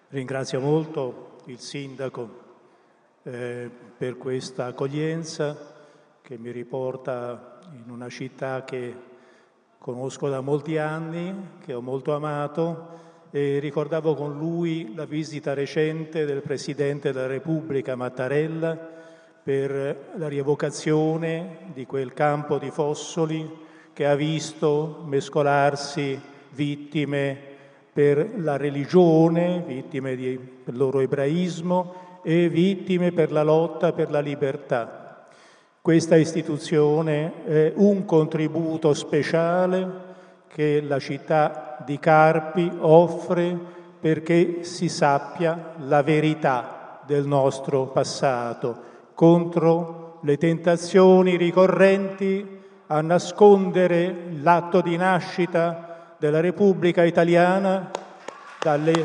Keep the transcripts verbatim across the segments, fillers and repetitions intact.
Ringrazio molto il Sindaco eh, per questa accoglienza che mi riporta in una città che conosco da molti anni, che ho molto amato, e ricordavo con lui la visita recente del Presidente della Repubblica Mattarella per la rievocazione di quel campo di Fossoli che ha visto mescolarsi vittime per la religione, vittime di, del loro ebraismo e vittime per la lotta per la libertà. Questa istituzione è un contributo speciale che la città di Carpi offre perché si sappia la verità del nostro passato contro le tentazioni ricorrenti a nascondere l'atto di nascita della Repubblica Italiana dalle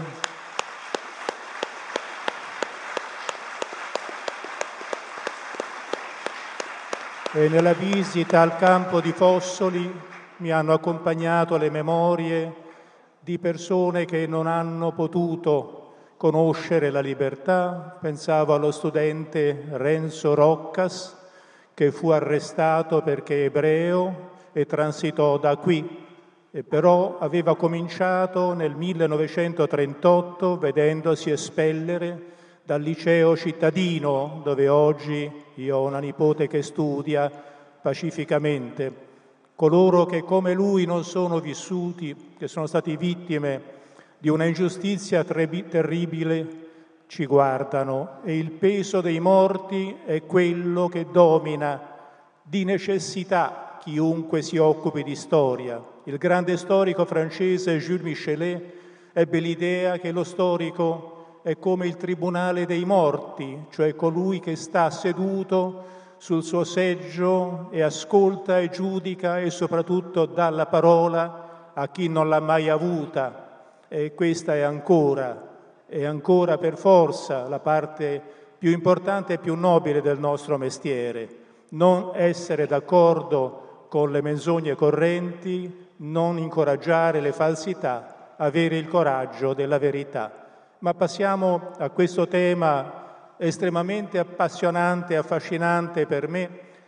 e nella visita al campo di Fossoli mi hanno accompagnato le memorie di persone che non hanno potuto conoscere la libertà. Pensavo allo studente Renzo Roccas, che fu arrestato perché ebreo e transitò da qui. E però aveva cominciato nel millenovecentotrentotto vedendosi espellere dal liceo cittadino, dove oggi io ho una nipote che studia pacificamente. Coloro che come lui non sono vissuti, che sono stati vittime di una ingiustizia terribile, ci guardano e il peso dei morti è quello che domina di necessità chiunque si occupi di storia. Il grande storico francese Jules Michelet ebbe l'idea che lo storico è come il tribunale dei morti, cioè colui che sta seduto sul suo seggio e ascolta e giudica e soprattutto dà la parola a chi non l'ha mai avuta. E questa è ancora, è ancora per forza la parte più importante e più nobile del nostro mestiere. Non essere d'accordo con le menzogne correnti, non incoraggiare le falsità, avere il coraggio della verità. Ma passiamo a questo tema estremamente appassionante e affascinante per me,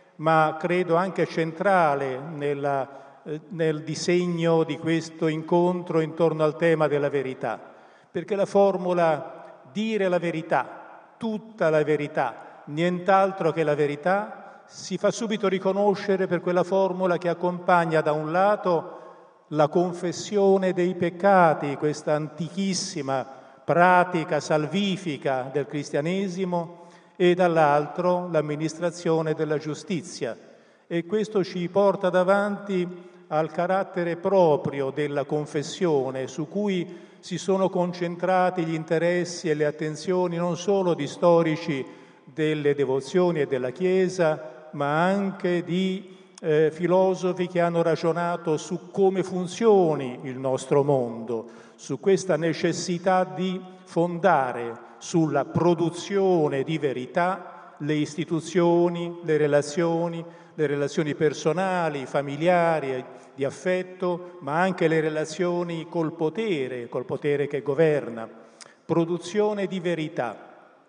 ma credo anche centrale nella, eh, nel disegno di questo incontro intorno al tema della verità. Perché la formula dire la verità, tutta la verità, nient'altro che la verità, si fa subito riconoscere per quella formula che accompagna da un lato la confessione dei peccati, questa antichissima pratica salvifica del cristianesimo, e dall'altro l'amministrazione della giustizia. E questo ci porta davanti al carattere proprio della confessione, su cui si sono concentrati gli interessi e le attenzioni non solo di storici delle devozioni e della Chiesa, ma anche di eh, filosofi che hanno ragionato su come funzioni il nostro mondo, su questa necessità di fondare sulla produzione di verità le istituzioni, le relazioni, le relazioni personali, familiari, di affetto, ma anche le relazioni col potere, col potere che governa. Produzione di verità.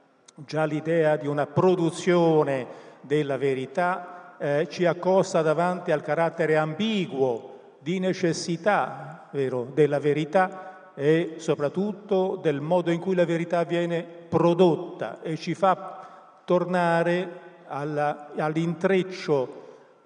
Già l'idea di una produzione della verità eh, ci accosta davanti al carattere ambiguo di necessità, vero, della verità e soprattutto del modo in cui la verità viene prodotta, e ci fa tornare alla, all'intreccio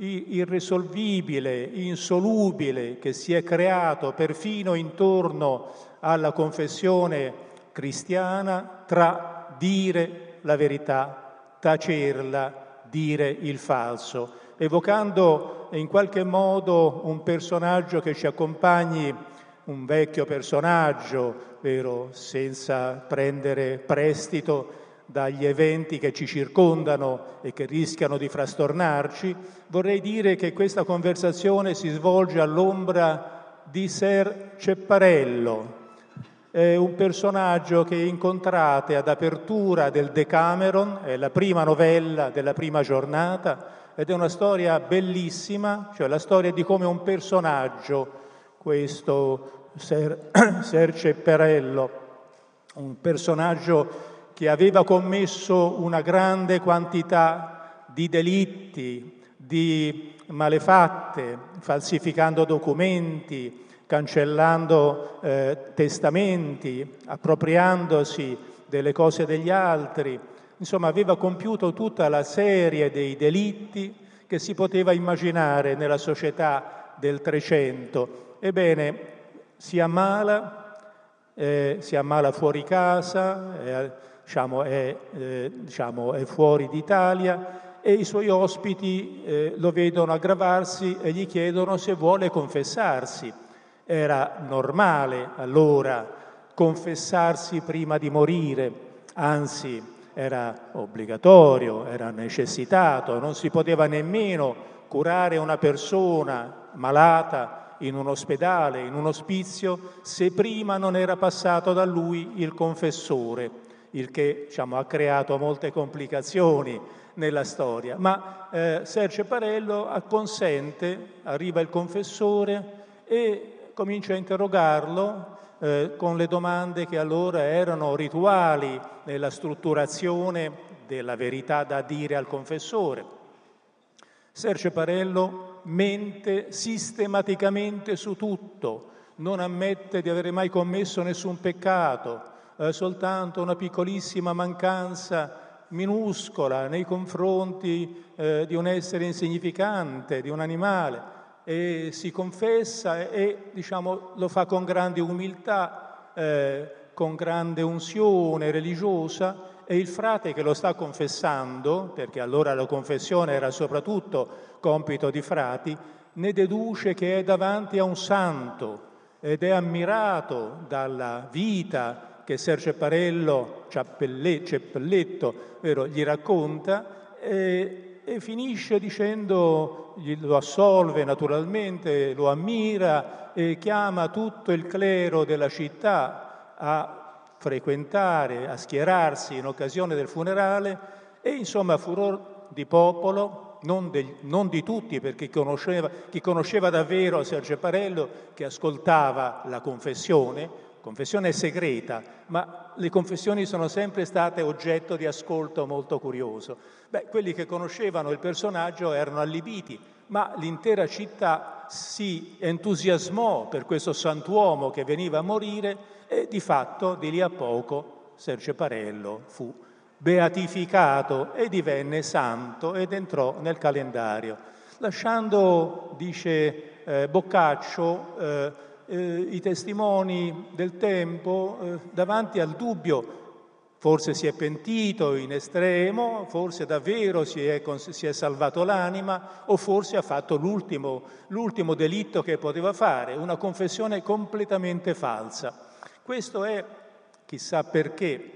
irrisolvibile, insolubile che si è creato perfino intorno alla confessione cristiana tra dire la verità, tacerla, dire il falso, evocando in qualche modo un personaggio che ci accompagni, un vecchio personaggio, vero, senza prendere prestito dagli eventi che ci circondano e che rischiano di frastornarci. Vorrei dire che questa conversazione si svolge all'ombra di Ser Cepparello. È un personaggio che incontrate ad apertura del Decameron, è la prima novella della prima giornata, ed è una storia bellissima, cioè la storia di come un personaggio, questo Ser, Ser Cepparello, un personaggio che aveva commesso una grande quantità di delitti, di malefatte, falsificando documenti, cancellando eh, testamenti, appropriandosi delle cose degli altri. Insomma, aveva compiuto tutta la serie dei delitti che si poteva immaginare nella società del Trecento. Ebbene, si ammala, eh, si ammala fuori casa, eh, diciamo, è, eh, diciamo, è fuori d'Italia, e i suoi ospiti eh, lo vedono aggravarsi e gli chiedono se vuole confessarsi. Era normale allora confessarsi prima di morire, anzi era obbligatorio, era necessitato, non si poteva nemmeno curare una persona malata in un ospedale, in un ospizio, se prima non era passato da lui il confessore, il che diciamo, ha creato molte complicazioni nella storia. Ma eh, Sergio Parello acconsente, arriva il confessore e comincia a interrogarlo eh, con le domande che allora erano rituali nella strutturazione della verità da dire al confessore. Sergio Parello mente sistematicamente su tutto, non ammette di avere mai commesso nessun peccato, eh, soltanto una piccolissima mancanza minuscola nei confronti eh, di un essere insignificante, di un animale, e si confessa e, e diciamo, lo fa con grande umiltà, eh, con grande unzione religiosa, e il frate che lo sta confessando, perché allora la confessione era soprattutto compito di frati, ne deduce che è davanti a un santo ed è ammirato dalla vita che Sergio Parello, Ceppelletto, vero, gli racconta, e, e finisce dicendo, lo assolve naturalmente, lo ammira e chiama tutto il clero della città a frequentare, a schierarsi in occasione del funerale, e insomma furor di popolo, non, del, non di tutti, perché conosceva, chi conosceva davvero Sergio Parello, che ascoltava la confessione. Confessione è segreta, ma le confessioni sono sempre state oggetto di ascolto molto curioso. Beh, quelli che conoscevano il personaggio erano allibiti, ma l'intera città si entusiasmò per questo santuomo che veniva a morire, e di fatto di lì a poco Sergio Parello fu beatificato e divenne santo ed entrò nel calendario, lasciando, dice eh, Boccaccio, eh, eh, i testimoni del tempo eh, davanti al dubbio. Forse si è pentito in estremo, forse davvero si è, si è salvato l'anima, o forse ha fatto l'ultimo, l'ultimo delitto che poteva fare, una confessione completamente falsa. Questo è, chissà perché,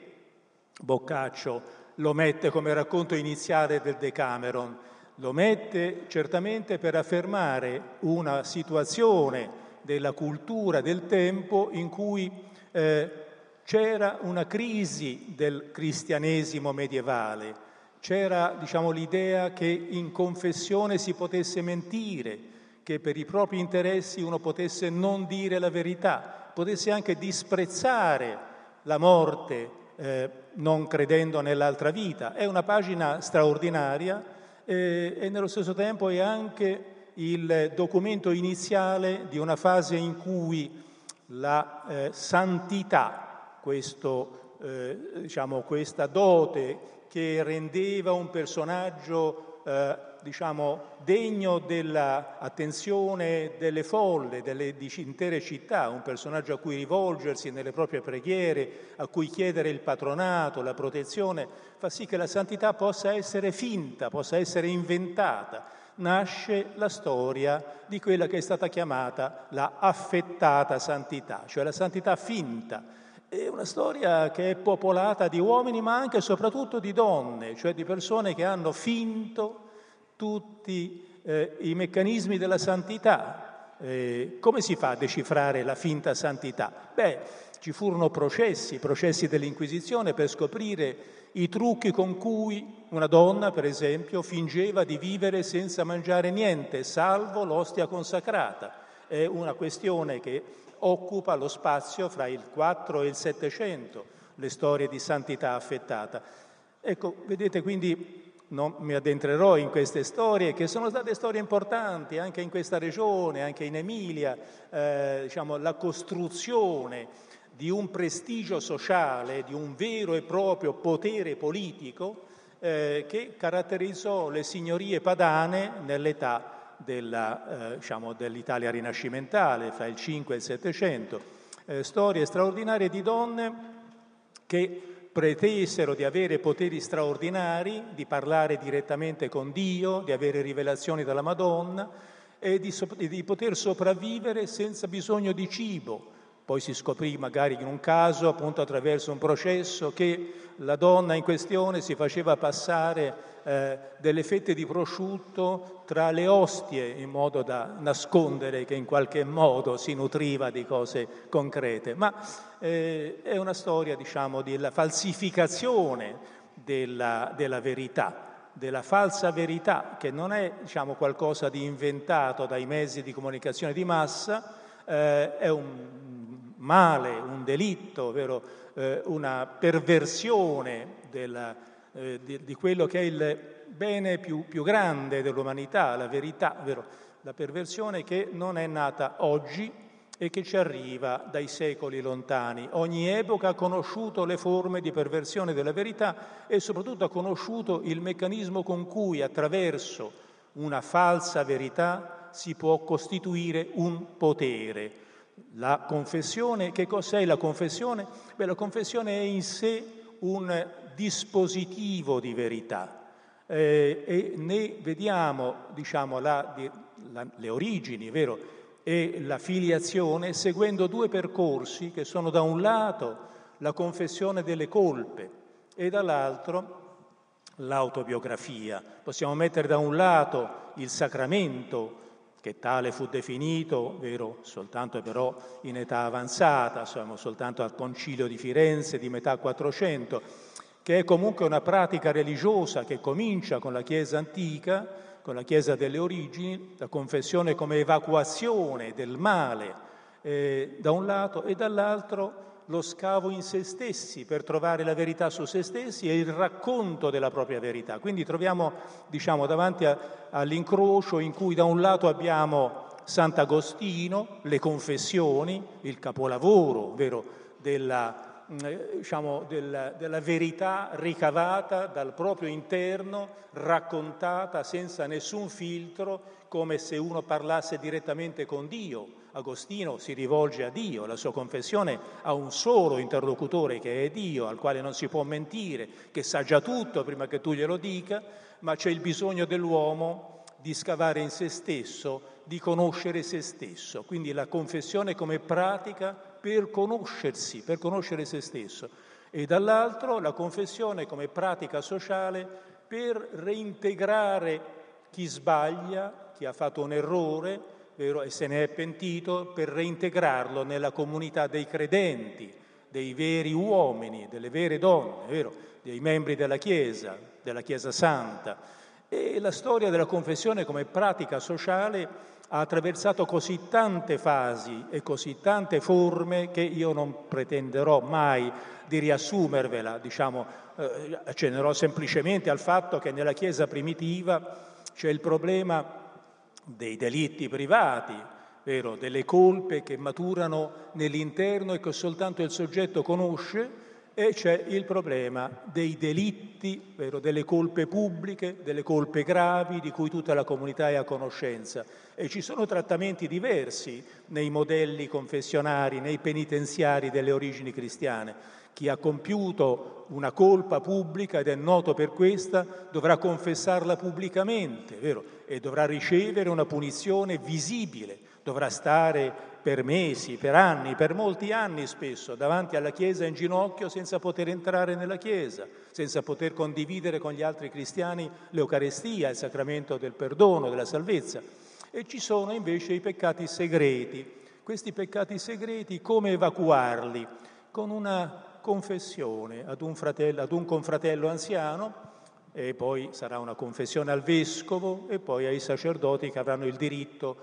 Boccaccio lo mette come racconto iniziale del Decameron. Lo mette certamente per affermare una situazione della cultura del tempo in cui eh, c'era una crisi del cristianesimo medievale, c'era, diciamo, l'idea che in confessione si potesse mentire, che per i propri interessi uno potesse non dire la verità, potesse anche disprezzare la morte eh, non credendo nell'altra vita. È una pagina straordinaria eh, e nello stesso tempo è anche il documento iniziale di una fase in cui la eh, santità, questo, eh, diciamo, questa dote che rendeva un personaggio eh, diciamo, degno dell'attenzione delle folle, delle di intere città, un personaggio a cui rivolgersi nelle proprie preghiere, a cui chiedere il patronato, la protezione, fa sì che la santità possa essere finta, possa essere inventata. Nasce la storia di quella che è stata chiamata la affettata santità, cioè la santità finta. È una storia che è popolata di uomini, ma anche e soprattutto di donne, cioè di persone che hanno finto tutti eh, i meccanismi della santità. Eh, come si fa a decifrare la finta santità? Beh, ci furono processi, processi dell'Inquisizione per scoprire i trucchi con cui una donna, per esempio, fingeva di vivere senza mangiare niente, salvo l'ostia consacrata. È una questione che occupa lo spazio fra il quattro e il settecento. le storie di santità affettata. Ecco, vedete, quindi non mi addentrerò in queste storie, che sono state storie importanti anche in questa regione, anche in Emilia, eh, diciamo, la costruzione di un prestigio sociale, di un vero e proprio potere politico eh, che caratterizzò le signorie padane nell'età della, eh, diciamo, dell'Italia rinascimentale, fra il cinque e il Settecento. Eh, storie straordinarie di donne che pretesero di avere poteri straordinari, di parlare direttamente con Dio, di avere rivelazioni dalla Madonna e di, so- di poter sopravvivere senza bisogno di cibo. Poi si scoprì magari in un caso, appunto attraverso un processo, che la donna in questione si faceva passare eh, delle fette di prosciutto tra le ostie in modo da nascondere che in qualche modo si nutriva di cose concrete. Ma eh, è una storia, diciamo, della falsificazione della, della verità, della falsa verità, che non è, diciamo, qualcosa di inventato dai mezzi di comunicazione di massa, eh, è un male, un delitto, ovvero eh, una perversione della, eh, di, di quello che è il bene più, più grande dell'umanità, la verità, ovvero la perversione che non è nata oggi e che ci arriva dai secoli lontani. Ogni epoca ha conosciuto le forme di perversione della verità e soprattutto ha conosciuto il meccanismo con cui attraverso una falsa verità si può costituire un potere. La confessione, che cos'è la confessione? Beh, la confessione è in sé un dispositivo di verità eh, e ne vediamo, diciamo, la, la, le origini, vero? E la filiazione seguendo due percorsi che sono da un lato la confessione delle colpe e dall'altro l'autobiografia. Possiamo mettere da un lato il sacramento, che tale fu definito, vero, soltanto però in età avanzata, siamo soltanto al Concilio di Firenze di metà Quattrocento, che è comunque una pratica religiosa che comincia con la Chiesa antica, con la Chiesa delle origini, la confessione come evacuazione del male eh, da un lato e dall'altro lo scavo in se stessi per trovare la verità su se stessi e il racconto della propria verità. Quindi troviamo, diciamo, davanti a, all'incrocio in cui da un lato abbiamo Sant'Agostino, le confessioni, il capolavoro, vero, della, diciamo, della, della verità ricavata dal proprio interno, raccontata senza nessun filtro, come se uno parlasse direttamente con Dio. Agostino si rivolge a Dio, la sua confessione ha un solo interlocutore che è Dio, al quale non si può mentire, che sa già tutto prima che tu glielo dica, ma c'è il bisogno dell'uomo di scavare in se stesso, di conoscere se stesso. Quindi la confessione come pratica per conoscersi, per conoscere se stesso. E dall'altro la confessione come pratica sociale per reintegrare chi sbaglia, chi ha fatto un errore, vero, e se ne è pentito, per reintegrarlo nella comunità dei credenti, dei veri uomini, delle vere donne, vero, dei membri della Chiesa, della Chiesa Santa. E la storia della confessione come pratica sociale ha attraversato così tante fasi e così tante forme che io non pretenderò mai di riassumervela, diciamo, eh, accennerò semplicemente al fatto che nella Chiesa primitiva c'è il problema dei delitti privati, vero? Delle colpe che maturano nell'interno e che soltanto il soggetto conosce, e c'è il problema dei delitti, vero? Delle colpe pubbliche, delle colpe gravi di cui tutta la comunità è a conoscenza. E ci sono trattamenti diversi nei modelli confessionari, nei penitenziari delle origini cristiane. Chi ha compiuto una colpa pubblica ed è noto per questa dovrà confessarla pubblicamente, vero? E dovrà ricevere una punizione visibile, dovrà stare per mesi, per anni, per molti anni spesso, davanti alla Chiesa in ginocchio senza poter entrare nella Chiesa, senza poter condividere con gli altri cristiani l'Eucarestia, il sacramento del perdono, della salvezza. E ci sono invece i peccati segreti. Questi peccati segreti come evacuarli? Con una confessione ad un fratello, ad un confratello anziano, e poi sarà una confessione al vescovo e poi ai sacerdoti che avranno il diritto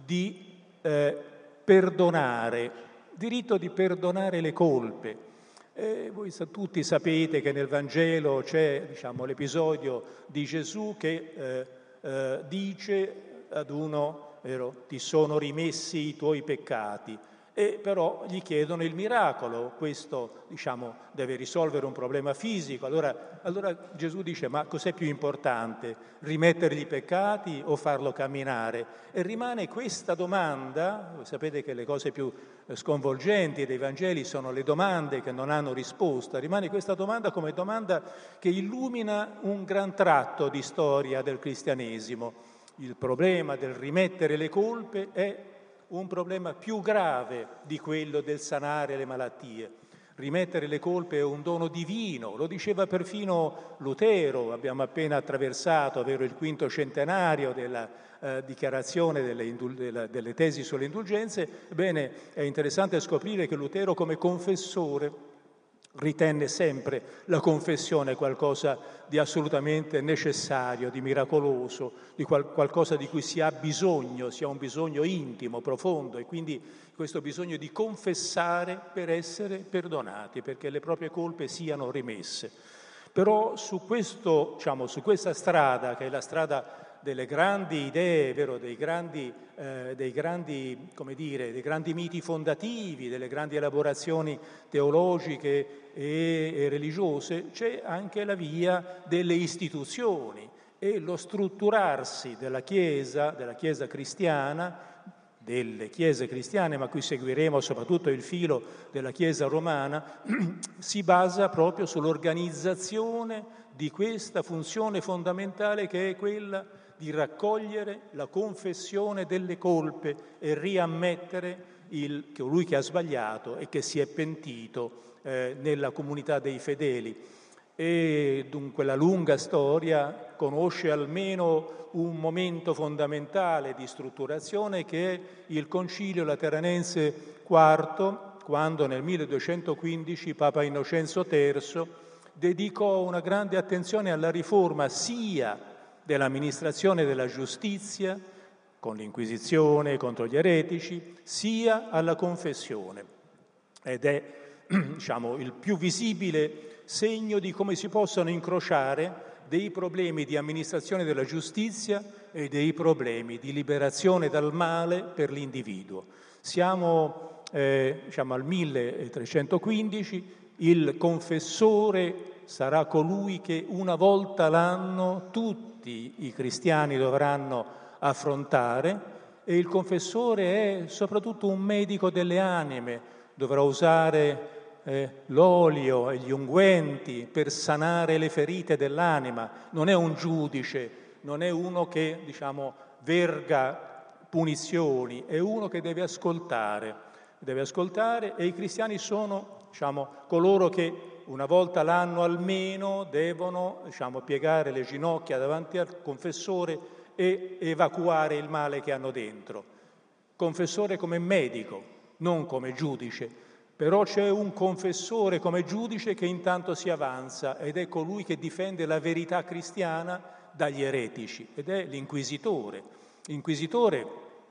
di eh, perdonare, diritto di perdonare le colpe. E voi tutti sapete che nel Vangelo c'è, diciamo, l'episodio di Gesù che eh, eh, dice ad uno, vero, ti sono rimessi i tuoi peccati, e però gli chiedono il miracolo. Questo, diciamo, deve risolvere un problema fisico. Allora, allora Gesù dice, ma cos'è più importante, rimettergli i peccati o farlo camminare? E rimane questa domanda. Voi sapete che le cose più sconvolgenti dei Vangeli sono le domande che non hanno risposta. Rimane questa domanda come domanda che illumina un gran tratto di storia del cristianesimo. Il problema del rimettere le colpe è un problema più grave di quello del sanare le malattie. Rimettere le colpe è un dono divino, lo diceva perfino Lutero. Abbiamo appena attraversato, vero, il quinto centenario della eh, dichiarazione delle, indul- della, delle tesi sulle indulgenze. Ebbene, è interessante scoprire che Lutero, come confessore, ritenne sempre la confessione qualcosa di assolutamente necessario, di miracoloso, di qual- qualcosa di cui si ha bisogno, si ha un bisogno intimo, profondo, e quindi questo bisogno di confessare per essere perdonati, perché le proprie colpe siano rimesse. Però su questo, diciamo, su questa strada, che è la strada delle grandi idee, vero, dei grandi, eh, dei grandi, come dire, dei grandi miti fondativi, delle grandi elaborazioni teologiche e, e religiose, c'è anche la via delle istituzioni e lo strutturarsi della Chiesa, della Chiesa cristiana, delle chiese cristiane, ma qui seguiremo soprattutto il filo della Chiesa romana, si basa proprio sull'organizzazione di questa funzione fondamentale, che è quella di raccogliere la confessione delle colpe e riammettere il, colui che ha sbagliato e che si è pentito eh, nella comunità dei fedeli. E dunque la lunga storia conosce almeno un momento fondamentale di strutturazione, che è il Concilio Lateranense quarto, quando nel milleduecentoquindici Papa Innocenzo terzo dedicò una grande attenzione alla riforma sia dell'amministrazione della giustizia, con l'Inquisizione contro gli eretici, sia alla confessione. Ed è, diciamo, il più visibile segno di come si possono incrociare dei problemi di amministrazione della giustizia e dei problemi di liberazione dal male per l'individuo. Siamo eh, diciamo, al milletrecentoquindici, il confessore sarà colui che una volta l'anno tutti i cristiani dovranno affrontare, e il confessore è soprattutto un medico delle anime, dovrà usare eh, l'olio e gli unguenti per sanare le ferite dell'anima. Non è un giudice, non è uno che, diciamo, verga punizioni, è uno che deve ascoltare, deve ascoltare e i cristiani sono, diciamo, coloro che una volta l'anno almeno devono, diciamo, piegare le ginocchia davanti al confessore e evacuare il male che hanno dentro. Confessore come medico, non come giudice, però c'è un confessore come giudice che intanto si avanza ed è colui che difende la verità cristiana dagli eretici, ed è l'inquisitore. L'inquisitore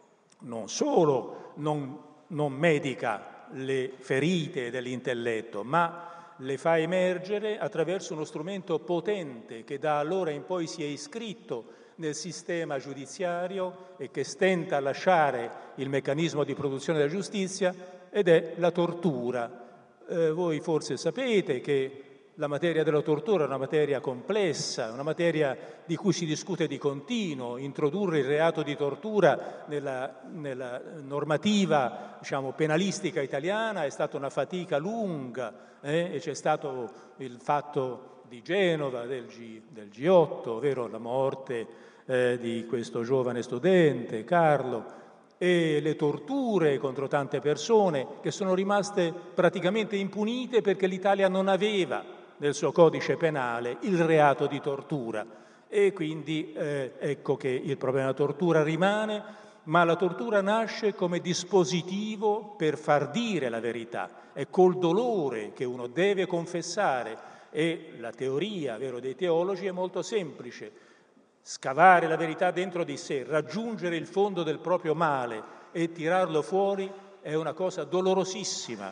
non solo non, non medica le ferite dell'intelletto, ma le fa emergere attraverso uno strumento potente che da allora in poi si è iscritto nel sistema giudiziario e che stenta a lasciare il meccanismo di produzione della giustizia, ed è la tortura. Eh, voi forse sapete che la materia della tortura è una materia complessa, una materia di cui si discute di continuo. Introdurre il reato di tortura nella, nella normativa, diciamo, penalistica italiana è stata una fatica lunga, eh? E c'è stato il fatto di Genova, del, G, del G otto, ovvero la morte eh, di questo giovane studente, Carlo, e le torture contro tante persone che sono rimaste praticamente impunite perché l'Italia non aveva nel suo codice penale il reato di tortura. E quindi eh, ecco che il problema della tortura rimane, ma la tortura nasce come dispositivo per far dire la verità. È col dolore che uno deve confessare, e la teoria, vero, dei teologi è molto semplice: scavare la verità dentro di sé, raggiungere il fondo del proprio male e tirarlo fuori è una cosa dolorosissima.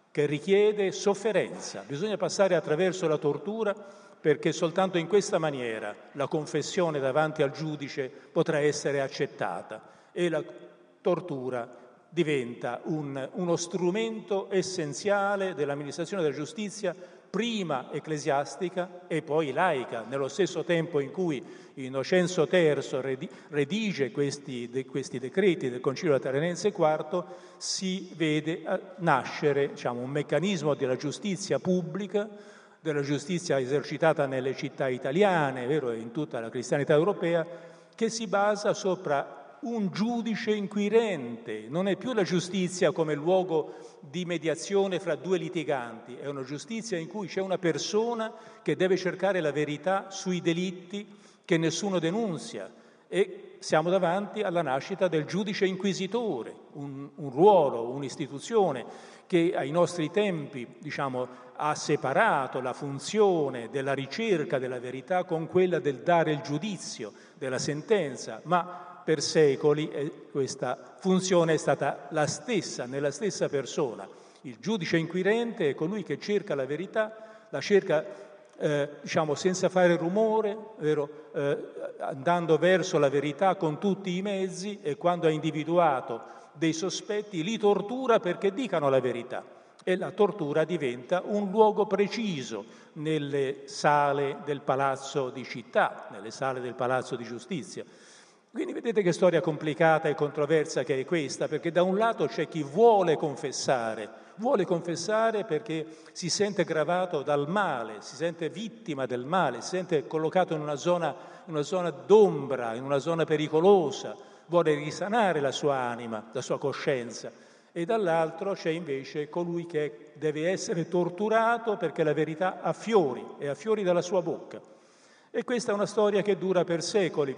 che richiede sofferenza. Bisogna passare attraverso la tortura, perché soltanto in questa maniera la confessione davanti al giudice potrà essere accettata e la tortura diventa un, uno strumento essenziale dell'amministrazione della giustizia, prima ecclesiastica e poi laica. Nello stesso tempo in cui Innocenzo terzo redige questi, de, questi decreti del Concilio Lateranense quarto, si vede nascere, diciamo, un meccanismo della giustizia pubblica, della giustizia esercitata nelle città italiane, vero, in tutta la cristianità europea, che si basa sopra un giudice inquirente. Non è più la giustizia come luogo di mediazione fra due litiganti, è una giustizia in cui c'è una persona che deve cercare la verità sui delitti che nessuno denunzia, e siamo davanti alla nascita del giudice inquisitore, un, un ruolo, un'istituzione che ai nostri tempi, diciamo, ha separato la funzione della ricerca della verità con quella del dare il giudizio, della sentenza, ma per secoli questa funzione è stata la stessa, nella stessa persona. Il giudice inquirente è colui che cerca la verità, la cerca eh, diciamo senza fare rumore, vero? Eh, andando verso la verità con tutti i mezzi, e quando ha individuato dei sospetti li tortura perché dicano la verità. E la tortura diventa un luogo preciso nelle sale del palazzo di città, nelle sale del palazzo di giustizia. Quindi vedete che storia complicata e controversa che è questa, perché da un lato c'è chi vuole confessare, vuole confessare perché si sente gravato dal male, si sente vittima del male, si sente collocato in una zona, una zona d'ombra, in una zona pericolosa, vuole risanare la sua anima, la sua coscienza. E dall'altro c'è invece colui che deve essere torturato perché la verità affiori, e affiori dalla sua bocca. E questa è una storia che dura per secoli,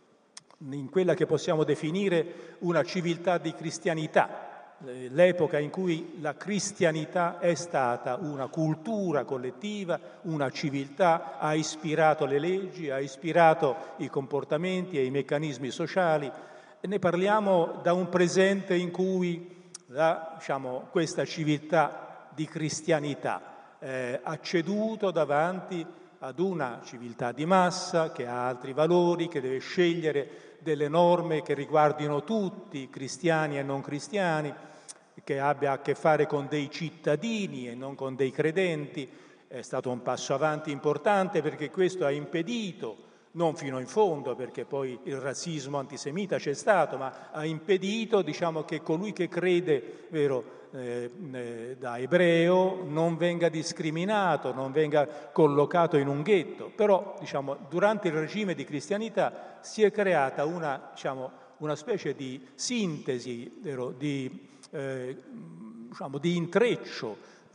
in quella che possiamo definire una civiltà di cristianità, l'epoca in cui la cristianità è stata una cultura collettiva, una civiltà, ha ispirato le leggi, ha ispirato i comportamenti e i meccanismi sociali. E ne parliamo da un presente in cui la, diciamo, questa civiltà di cristianità eh, ha ceduto davanti ad una civiltà di massa che ha altri valori, che deve scegliere delle norme che riguardino tutti, cristiani e non cristiani, che abbia a che fare con dei cittadini e non con dei credenti. È stato un passo avanti importante, perché questo ha impedito, non fino in fondo, perché poi il razzismo antisemita c'è stato, ma ha impedito, diciamo, che colui che crede, vero, eh, eh, da ebreo non venga discriminato, non venga collocato in un ghetto. Però, diciamo, durante il regime di cristianità si è creata una, diciamo, una specie di sintesi, vero, di, eh, diciamo, di intreccio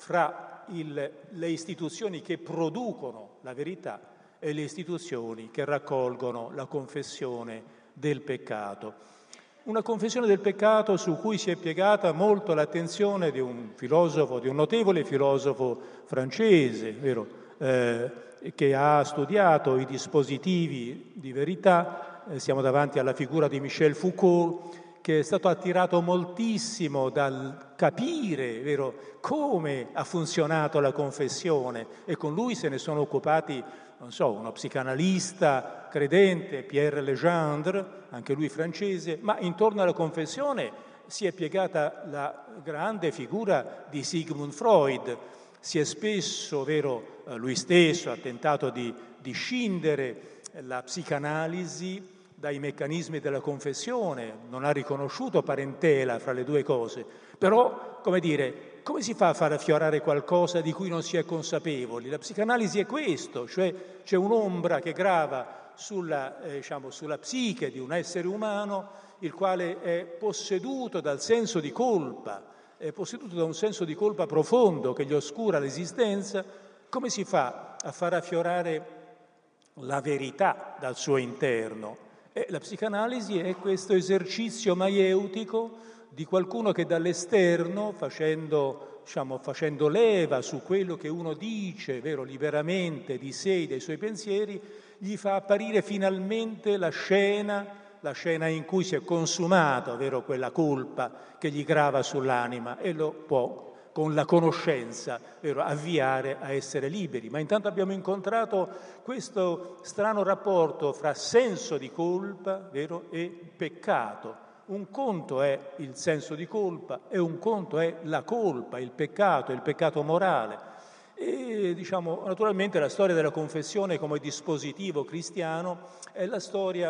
fra il, le istituzioni che producono la verità e le istituzioni che raccolgono la confessione del peccato. Una confessione del peccato su cui si è piegata molto l'attenzione di un filosofo, di un notevole filosofo francese, vero, eh, che ha studiato i dispositivi di verità. Eh, siamo davanti alla figura di Michel Foucault, che è stato attirato moltissimo dal capire, vero, come ha funzionato la confessione, e con lui se ne sono occupati, non so, uno psicanalista credente, Pierre Legendre, anche lui francese, ma intorno alla confessione si è piegata la grande figura di Sigmund Freud. Si è spesso, vero, lui stesso ha tentato di, di scindere la psicanalisi dai meccanismi della confessione, non ha riconosciuto parentela fra le due cose, però, come dire, come si fa a far affiorare qualcosa di cui non si è consapevoli? La psicanalisi è questo, cioè c'è un'ombra che grava sulla, eh, diciamo, sulla psiche di un essere umano, il quale è posseduto dal senso di colpa, è posseduto da un senso di colpa profondo che gli oscura l'esistenza. Come si fa a far affiorare la verità dal suo interno? E la psicanalisi è questo esercizio maieutico di qualcuno che dall'esterno, facendo, diciamo, facendo leva su quello che uno dice, vero, liberamente di sé, dei suoi pensieri, gli fa apparire finalmente la scena, la scena in cui si è consumata, vero, quella colpa che gli grava sull'anima, e lo può con la conoscenza, vero, avviare a essere liberi. Ma intanto abbiamo incontrato questo strano rapporto fra senso di colpa, vero, e peccato. Un conto è il senso di colpa e un conto è la colpa, il peccato, il peccato morale. E diciamo, naturalmente la storia della confessione come dispositivo cristiano è la storia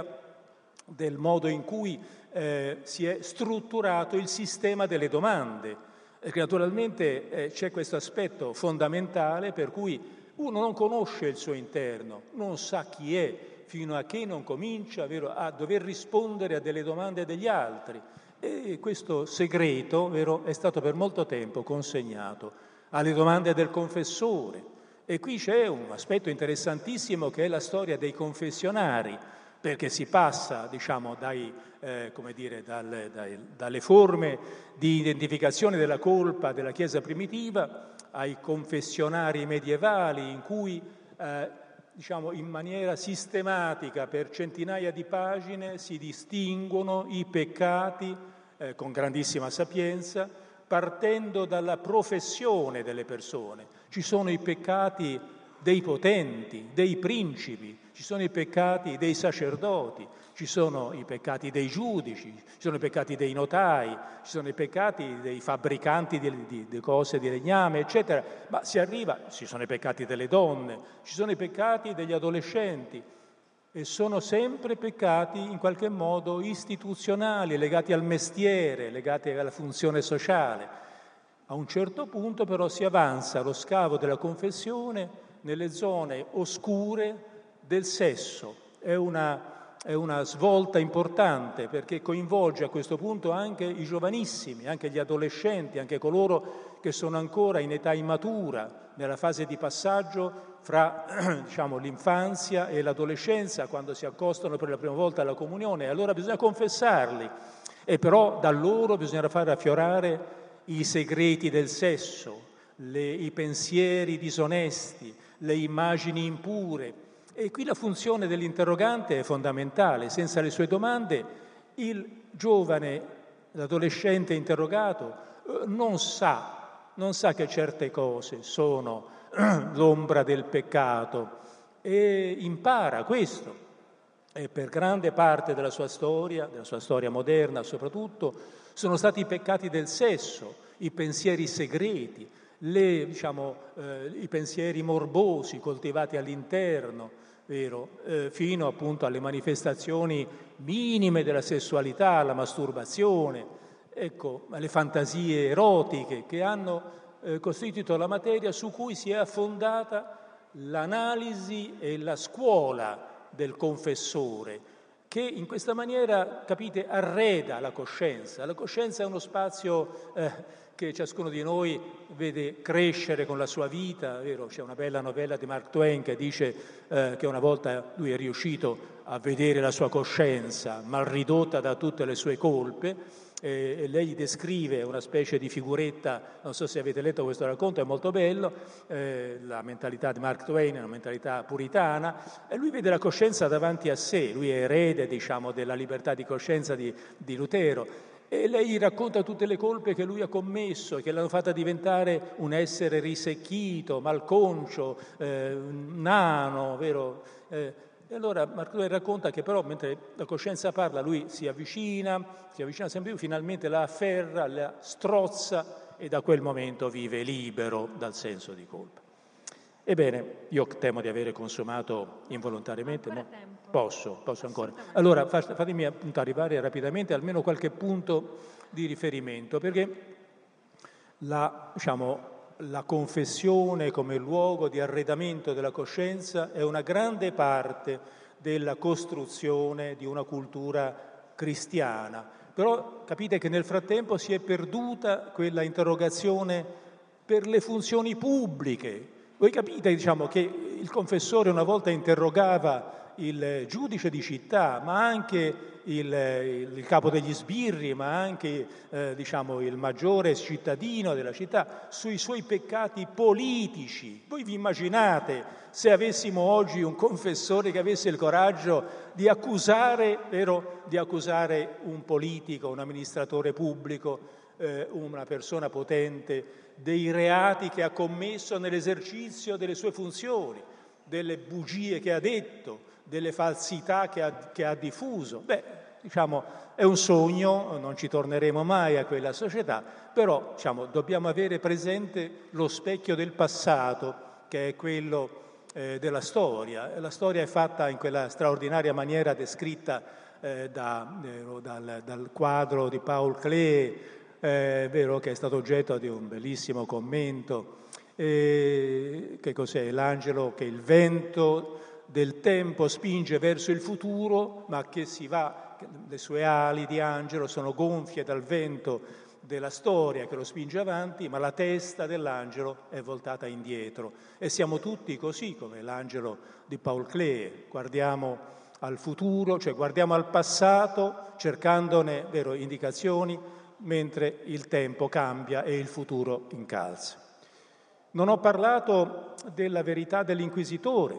del modo in cui eh, si è strutturato il sistema delle domande. Perché naturalmente eh, c'è questo aspetto fondamentale per cui uno non conosce il suo interno, non sa chi è, fino a che non comincia, vero, a dover rispondere a delle domande degli altri. E questo segreto, vero, è stato per molto tempo consegnato alle domande del confessore. E qui c'è un aspetto interessantissimo che è la storia dei confessionari, perché si passa, diciamo, dai, eh, come dire, dal, dai, dalle forme di identificazione della colpa della Chiesa primitiva ai confessionari medievali, in cui, eh, diciamo, in maniera sistematica, per centinaia di pagine, si distinguono i peccati eh, con grandissima sapienza, partendo dalla professione delle persone. Ci sono i peccati dei potenti, dei principi, ci sono i peccati dei sacerdoti, ci sono i peccati dei giudici, ci sono i peccati dei notai, ci sono i peccati dei fabbricanti di, di, di cose di legname, eccetera. Ma si arriva, ci sono i peccati delle donne, ci sono i peccati degli adolescenti, e sono sempre peccati in qualche modo istituzionali, legati al mestiere, legati alla funzione sociale. A un certo punto però si avanza allo scavo della confessione nelle zone oscure del sesso. È una, è una svolta importante perché coinvolge a questo punto anche i giovanissimi, anche gli adolescenti, anche coloro che sono ancora in età immatura, nella fase di passaggio fra diciamo, l'infanzia e l'adolescenza, quando si accostano per la prima volta alla comunione. Allora bisogna confessarli, e però da loro bisogna far affiorare i segreti del sesso, le, i pensieri disonesti, le immagini impure. E qui la funzione dell'interrogante è fondamentale. Senza le sue domande il giovane, l'adolescente interrogato eh, non sa, non sa che certe cose sono l'ombra del peccato, e impara questo. E per grande parte della sua storia, della sua storia moderna soprattutto, sono stati i peccati del sesso, i pensieri segreti, le, diciamo, eh, i pensieri morbosi coltivati all'interno, vero? Eh, fino appunto alle manifestazioni minime della sessualità, alla masturbazione, ecco, alle fantasie erotiche che hanno eh, costituito la materia su cui si è affondata l'analisi e la scuola del confessore, che in questa maniera, capite, arreda la coscienza. La coscienza è uno spazio eh, che ciascuno di noi vede crescere con la sua vita, vero? C'è una bella novella di Mark Twain che dice eh, che una volta lui è riuscito a vedere la sua coscienza mal ridotta da tutte le sue colpe, eh, e lei descrive una specie di figuretta, non so se avete letto questo racconto, è molto bello, eh, la mentalità di Mark Twain è una mentalità puritana, e lui vede la coscienza davanti a sé, lui è erede, diciamo, della libertà di coscienza di, di Lutero, e lei gli racconta tutte le colpe che lui ha commesso, che l'hanno fatta diventare un essere risecchito, malconcio, eh, nano, vero? Eh, e allora Mark Twain racconta che però mentre la coscienza parla lui si avvicina, si avvicina sempre più, finalmente la afferra, la strozza, e da quel momento vive libero dal senso di colpa. Ebbene, io temo di avere consumato involontariamente, ma posso, posso ancora. Allora fatemi appunto arrivare rapidamente almeno qualche punto di riferimento, perché la, diciamo, la confessione come luogo di arredamento della coscienza è una grande parte della costruzione di una cultura cristiana. Però capite che nel frattempo si è perduta quella interrogazione per le funzioni pubbliche. Voi capite, diciamo, che il confessore una volta interrogava il giudice di città, ma anche il, il capo degli sbirri, ma anche eh, diciamo, il maggiore cittadino della città sui suoi peccati politici. Voi vi immaginate se avessimo oggi un confessore che avesse il coraggio di accusare, vero, di accusare un politico, un amministratore pubblico eh, una persona potente, dei reati che ha commesso nell'esercizio delle sue funzioni, delle bugie che ha detto, delle falsità che ha, che ha diffuso. Beh, diciamo, è un sogno, non ci torneremo mai a quella società, però diciamo, dobbiamo avere presente lo specchio del passato, che è quello eh, della storia. La storia è fatta in quella straordinaria maniera descritta eh, da, eh, dal, dal quadro di Paul Klee, Eh, vero, che è stato oggetto di un bellissimo commento. Eh, che cos'è? L'angelo che il vento del tempo spinge verso il futuro, ma che si va, le sue ali di angelo sono gonfie dal vento della storia che lo spinge avanti, ma la testa dell'angelo è voltata indietro. E siamo tutti così, come l'angelo di Paul Klee, guardiamo al futuro, cioè guardiamo al passato cercandone, vero, indicazioni, mentre il tempo cambia e il futuro incalza. Non ho parlato della verità dell'inquisitore.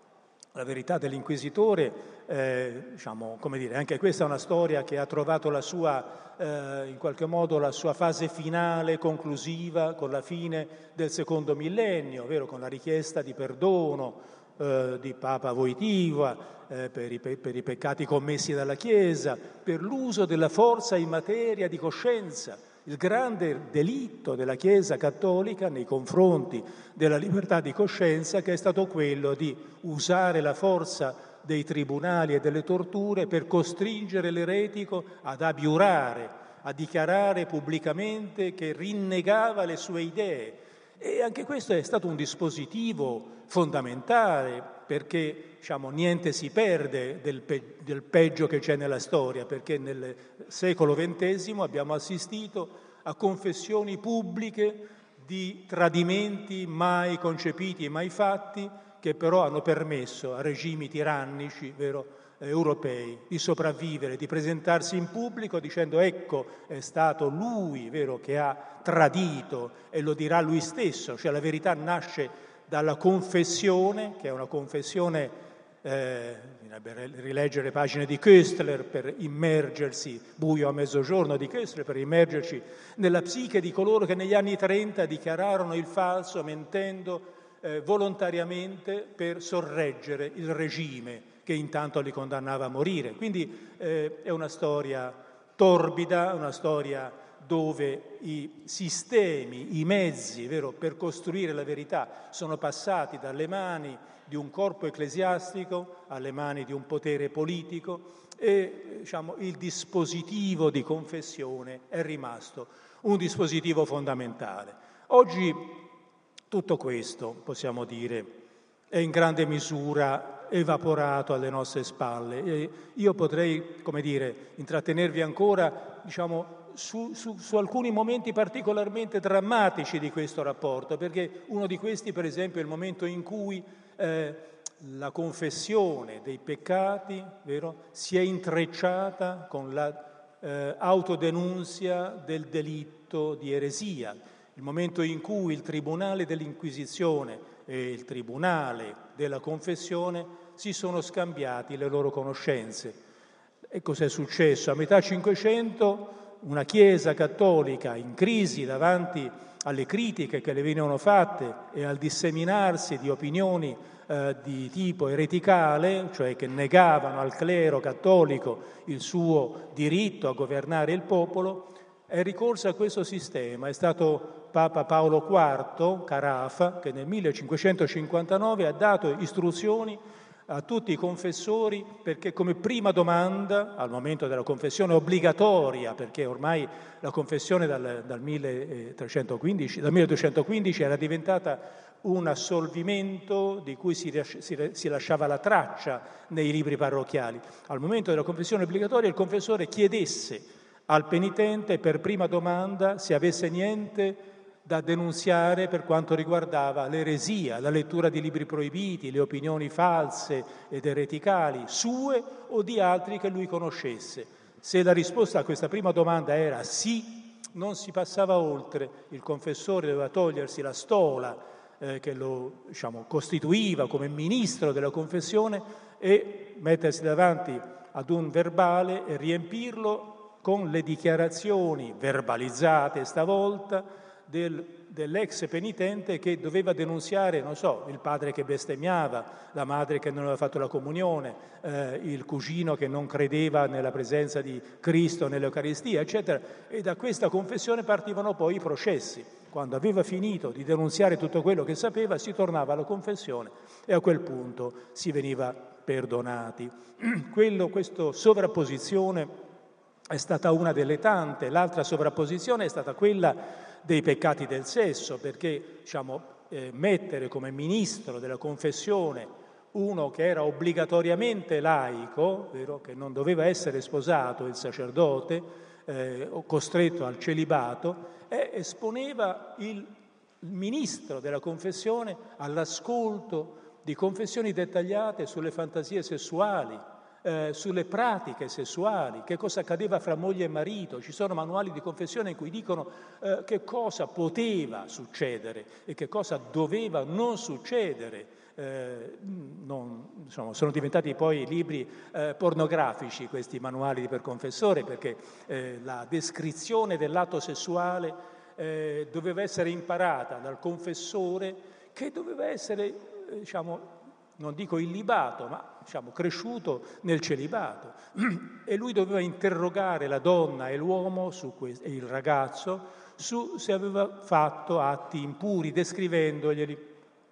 La verità dell'inquisitore, eh, diciamo, come dire, anche questa è una storia che ha trovato la sua, eh, in qualche modo, la sua fase finale, conclusiva, con la fine del secondo millennio, ovvero con la richiesta di perdono eh, di Papa Wojtyła, Eh, per, i, per i peccati commessi dalla Chiesa, per l'uso della forza in materia di coscienza, il grande delitto della Chiesa cattolica nei confronti della libertà di coscienza, che è stato quello di usare la forza dei tribunali e delle torture per costringere l'eretico ad abiurare, a dichiarare pubblicamente che rinnegava le sue idee. E anche questo è stato un dispositivo fondamentale, perché diciamo, niente si perde del, pe- del peggio che c'è nella storia, perché nel secolo ventesimo abbiamo assistito a confessioni pubbliche di tradimenti mai concepiti e mai fatti, che però hanno permesso a regimi tirannici, vero, eh, europei, di sopravvivere, di presentarsi in pubblico dicendo ecco, è stato lui, vero, che ha tradito, e lo dirà lui stesso, cioè la verità nasce dalla confessione, che è una confessione, eh, bisognerebbe rileggere pagine di Köstler per immergersi, Buio a mezzogiorno di Köstler, per immergerci nella psiche di coloro che negli anni trenta dichiararono il falso, mentendo eh, volontariamente per sorreggere il regime che intanto li condannava a morire. Quindi eh, è una storia torbida, una storia dove i sistemi, i mezzi, vero, per costruire la verità sono passati dalle mani di un corpo ecclesiastico alle mani di un potere politico e diciamo, il dispositivo di confessione è rimasto un dispositivo fondamentale. Oggi tutto questo, possiamo dire, è in grande misura evaporato alle nostre spalle e io potrei, come dire, intrattenervi ancora, diciamo, Su, su, su alcuni momenti particolarmente drammatici di questo rapporto, perché uno di questi, per esempio, è il momento in cui eh, la confessione dei peccati, vero, si è intrecciata con la eh, autodenunzia del delitto di eresia, il momento in cui il tribunale dell'Inquisizione e il tribunale della confessione si sono scambiati le loro conoscenze. E cos'è successo? A metà Cinquecento una Chiesa cattolica in crisi davanti alle critiche che le venivano fatte e al disseminarsi di opinioni eh, di tipo ereticale, cioè che negavano al clero cattolico il suo diritto a governare il popolo, è ricorso a questo sistema. È stato Papa Paolo quarto, Carafa, che nel millecinquecentocinquantanove ha dato istruzioni a tutti i confessori perché come prima domanda, al momento della confessione obbligatoria, perché ormai la confessione dal, dal, milletrecentoquindici, dal milleduecentoquindici era diventata un assolvimento di cui si, si, si lasciava la traccia nei libri parrocchiali. Al momento della confessione obbligatoria il confessore chiedesse al penitente per prima domanda se avesse niente da denunziare per quanto riguardava l'eresia, la lettura di libri proibiti, le opinioni false ed ereticali, sue o di altri che lui conoscesse. Se la risposta a questa prima domanda era sì, non si passava oltre, il confessore doveva togliersi la stola eh, che lo diciamo, costituiva come ministro della confessione e mettersi davanti ad un verbale e riempirlo con le dichiarazioni verbalizzate stavolta del, dell'ex penitente che doveva denunziare, non so, il padre che bestemmiava, la madre che non aveva fatto la comunione, eh, il cugino che non credeva nella presenza di Cristo nell'Eucaristia, eccetera. E da questa confessione partivano poi i processi. Quando aveva finito di denunziare tutto quello che sapeva, si tornava alla confessione e a quel punto si veniva perdonati. Quello, questa sovrapposizione è stata una delle tante. L'altra sovrapposizione è stata quella dei peccati del sesso, perché diciamo, eh, mettere come ministro della confessione uno che era obbligatoriamente laico, vero, che non doveva essere sposato, il sacerdote, eh, o costretto al celibato, e esponeva il ministro della confessione all'ascolto di confessioni dettagliate sulle fantasie sessuali, eh, sulle pratiche sessuali, che cosa accadeva fra moglie e marito. Ci sono manuali di confessione in cui dicono eh, che cosa poteva succedere e che cosa doveva non succedere. Eh, non, insomma, sono diventati poi libri eh, pornografici questi manuali per confessore, perché eh, la descrizione dell'atto sessuale eh, doveva essere imparata dal confessore, che doveva essere, eh, diciamo, non dico illibato, ma diciamo cresciuto nel celibato, e lui doveva interrogare la donna e l'uomo su questo, e il ragazzo su se aveva fatto atti impuri, descrivendoglieli.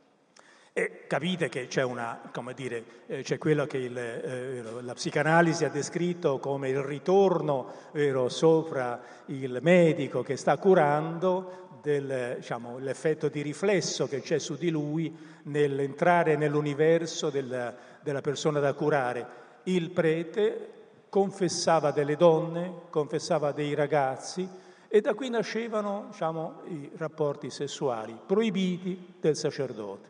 E capite che c'è una, come dire, eh, c'è quello che il, eh, la psicanalisi ha descritto come il ritorno, vero, sopra il medico che sta curando, del, diciamo, l'effetto di riflesso che c'è su di lui nell'entrare nell'universo della, della persona da curare. Il prete confessava delle donne, confessava dei ragazzi, e da qui nascevano, diciamo, i rapporti sessuali proibiti del sacerdote.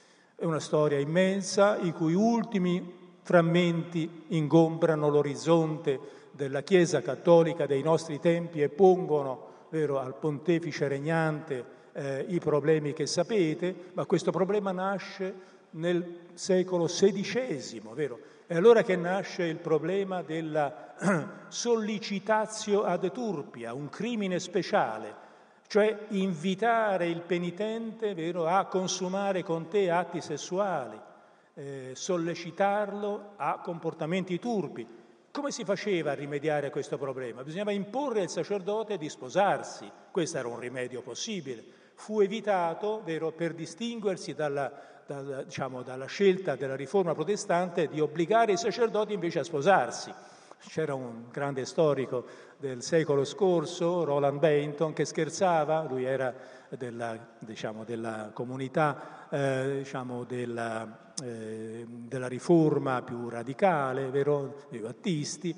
È una storia immensa, i cui ultimi frammenti ingombrano l'orizzonte della Chiesa cattolica dei nostri tempi e pongono, vero, al pontefice regnante eh, i problemi che sapete, ma questo problema nasce nel secolo sedicesimo, vero? È allora che nasce il problema della sollicitatio ad turpia, un crimine speciale, cioè invitare il penitente, vero, a consumare con te atti sessuali, eh, sollecitarlo a comportamenti turpi. Come si faceva a rimediare a questo problema? Bisognava imporre al sacerdote di sposarsi, questo era un rimedio possibile. Fu evitato, vero, per distinguersi dalla, dalla, diciamo, dalla scelta della riforma protestante di obbligare i sacerdoti invece a sposarsi. C'era un grande storico del secolo scorso, Roland Bainton, che scherzava, lui era della, diciamo, della comunità eh, diciamo, della, eh, della riforma più radicale, vero, dei battisti,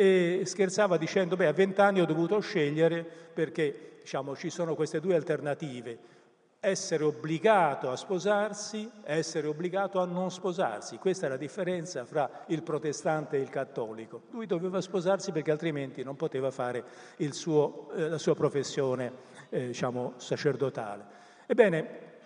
e scherzava dicendo, beh, a vent'anni ho dovuto scegliere perché, diciamo, ci sono queste due alternative: essere obbligato a sposarsi, essere obbligato a non sposarsi. Questa è la differenza fra il protestante e il cattolico. Lui doveva sposarsi perché altrimenti non poteva fare il suo, eh, la sua professione eh, diciamo, sacerdotale. Ebbene,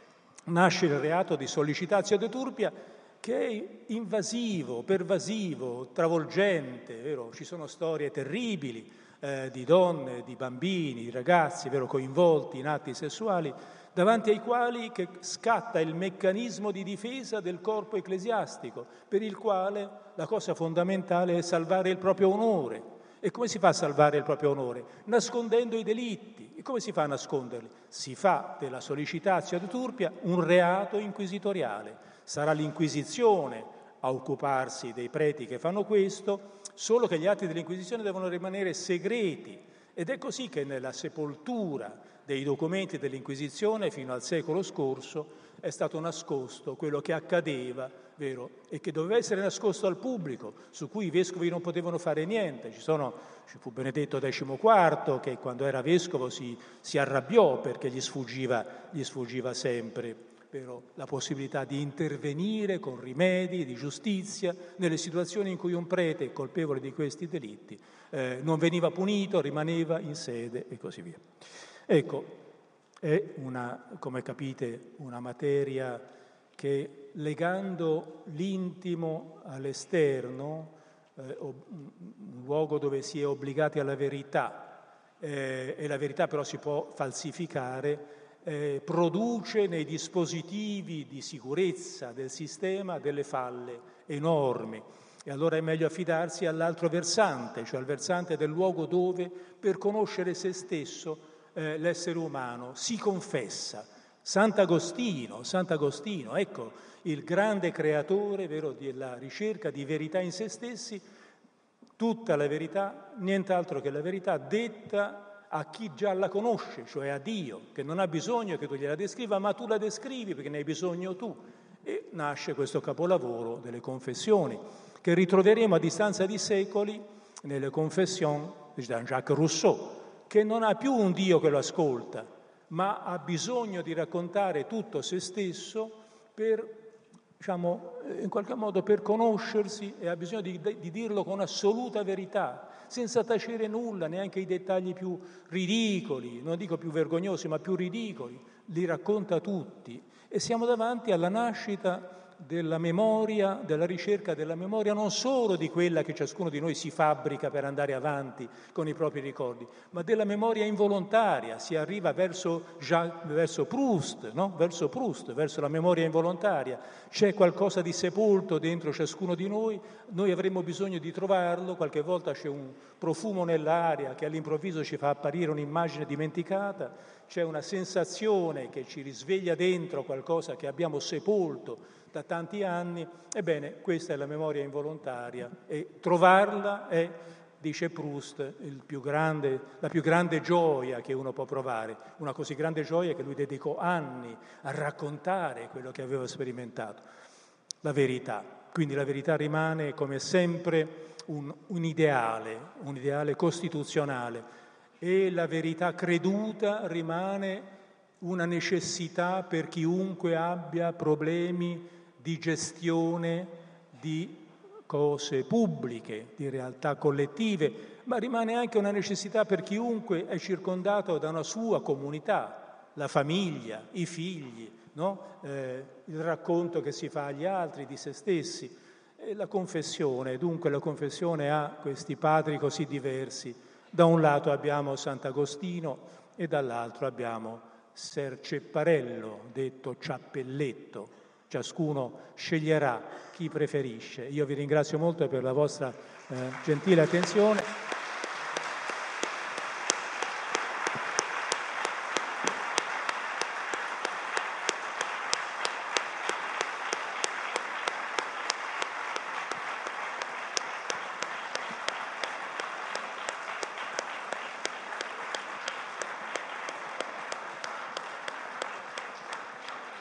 nasce il reato di sollicitatio de turpia, che è invasivo, pervasivo, travolgente, vero? Ci sono storie terribili eh, di donne, di bambini, di ragazzi, vero, coinvolti in atti sessuali, davanti ai quali che scatta il meccanismo di difesa del corpo ecclesiastico, per il quale la cosa fondamentale è salvare il proprio onore. E come si fa a salvare il proprio onore? Nascondendo i delitti. E come si fa a nasconderli? Si fa della sollicitatio ad turpia un reato inquisitoriale. Sarà l'Inquisizione a occuparsi dei preti che fanno questo, solo che gli atti dell'Inquisizione devono rimanere segreti. Ed è così che nella sepoltura dei documenti dell'Inquisizione fino al secolo scorso è stato nascosto quello che accadeva, vero, e che doveva essere nascosto al pubblico, su cui i vescovi non potevano fare niente. Ci, sono, ci fu Benedetto diciquattro che quando era vescovo si, si arrabbiò perché gli sfuggiva, gli sfuggiva sempre, vero, la possibilità di intervenire con rimedi di giustizia nelle situazioni in cui un prete colpevole di questi delitti eh, non veniva punito, rimaneva in sede e così via. Ecco, è una, come capite, una materia che, legando l'intimo all'esterno, eh, un luogo dove si è obbligati alla verità, eh, e la verità però si può falsificare, eh, produce nei dispositivi di sicurezza del sistema delle falle enormi. E allora è meglio affidarsi all'altro versante, cioè al versante del luogo dove, per conoscere se stesso, eh, l'essere umano si confessa. Sant'Agostino, Sant'Agostino, ecco, il grande creatore, vero, della ricerca di verità in se stessi, tutta la verità, nient'altro che la verità detta a chi già la conosce, cioè a Dio, che non ha bisogno che tu gliela descriva, ma tu la descrivi perché ne hai bisogno tu. E nasce questo capolavoro delle confessioni, che ritroveremo a distanza di secoli nelle Confessions di Jean-Jacques Rousseau, che non ha più un Dio che lo ascolta, ma ha bisogno di raccontare tutto se stesso per, diciamo, in qualche modo per conoscersi, e ha bisogno di, di dirlo con assoluta verità, senza tacere nulla, neanche i dettagli più ridicoli, non dico più vergognosi, ma più ridicoli, li racconta tutti. E siamo davanti alla nascita della memoria, della ricerca della memoria, non solo di quella che ciascuno di noi si fabbrica per andare avanti con i propri ricordi, ma della memoria involontaria. Si arriva verso, Jacques, verso Proust, no? Verso Proust, verso la memoria involontaria. C'è qualcosa di sepolto dentro ciascuno di noi, noi avremo bisogno di trovarlo, qualche volta c'è un profumo nell'aria che all'improvviso ci fa apparire un'immagine dimenticata, c'è una sensazione che ci risveglia dentro qualcosa che abbiamo sepolto da tanti anni. Ebbene, questa è la memoria involontaria, e trovarla è, dice Proust, il più grande, la più grande gioia che uno può provare, una così grande gioia che lui dedicò anni a raccontare quello che aveva sperimentato, la verità. Quindi la verità rimane come sempre un, un ideale, un ideale costituzionale, e la verità creduta rimane una necessità per chiunque abbia problemi di gestione di cose pubbliche, di realtà collettive, ma rimane anche una necessità per chiunque è circondato da una sua comunità, la famiglia, i figli, no? eh, il racconto che si fa agli altri di se stessi. E la confessione, dunque la confessione ha questi padri così diversi. Da un lato abbiamo Sant'Agostino e dall'altro abbiamo Ser Cepparello, detto Ciappelletto. Ciascuno sceglierà chi preferisce. Io vi ringrazio molto per la vostra eh, gentile attenzione.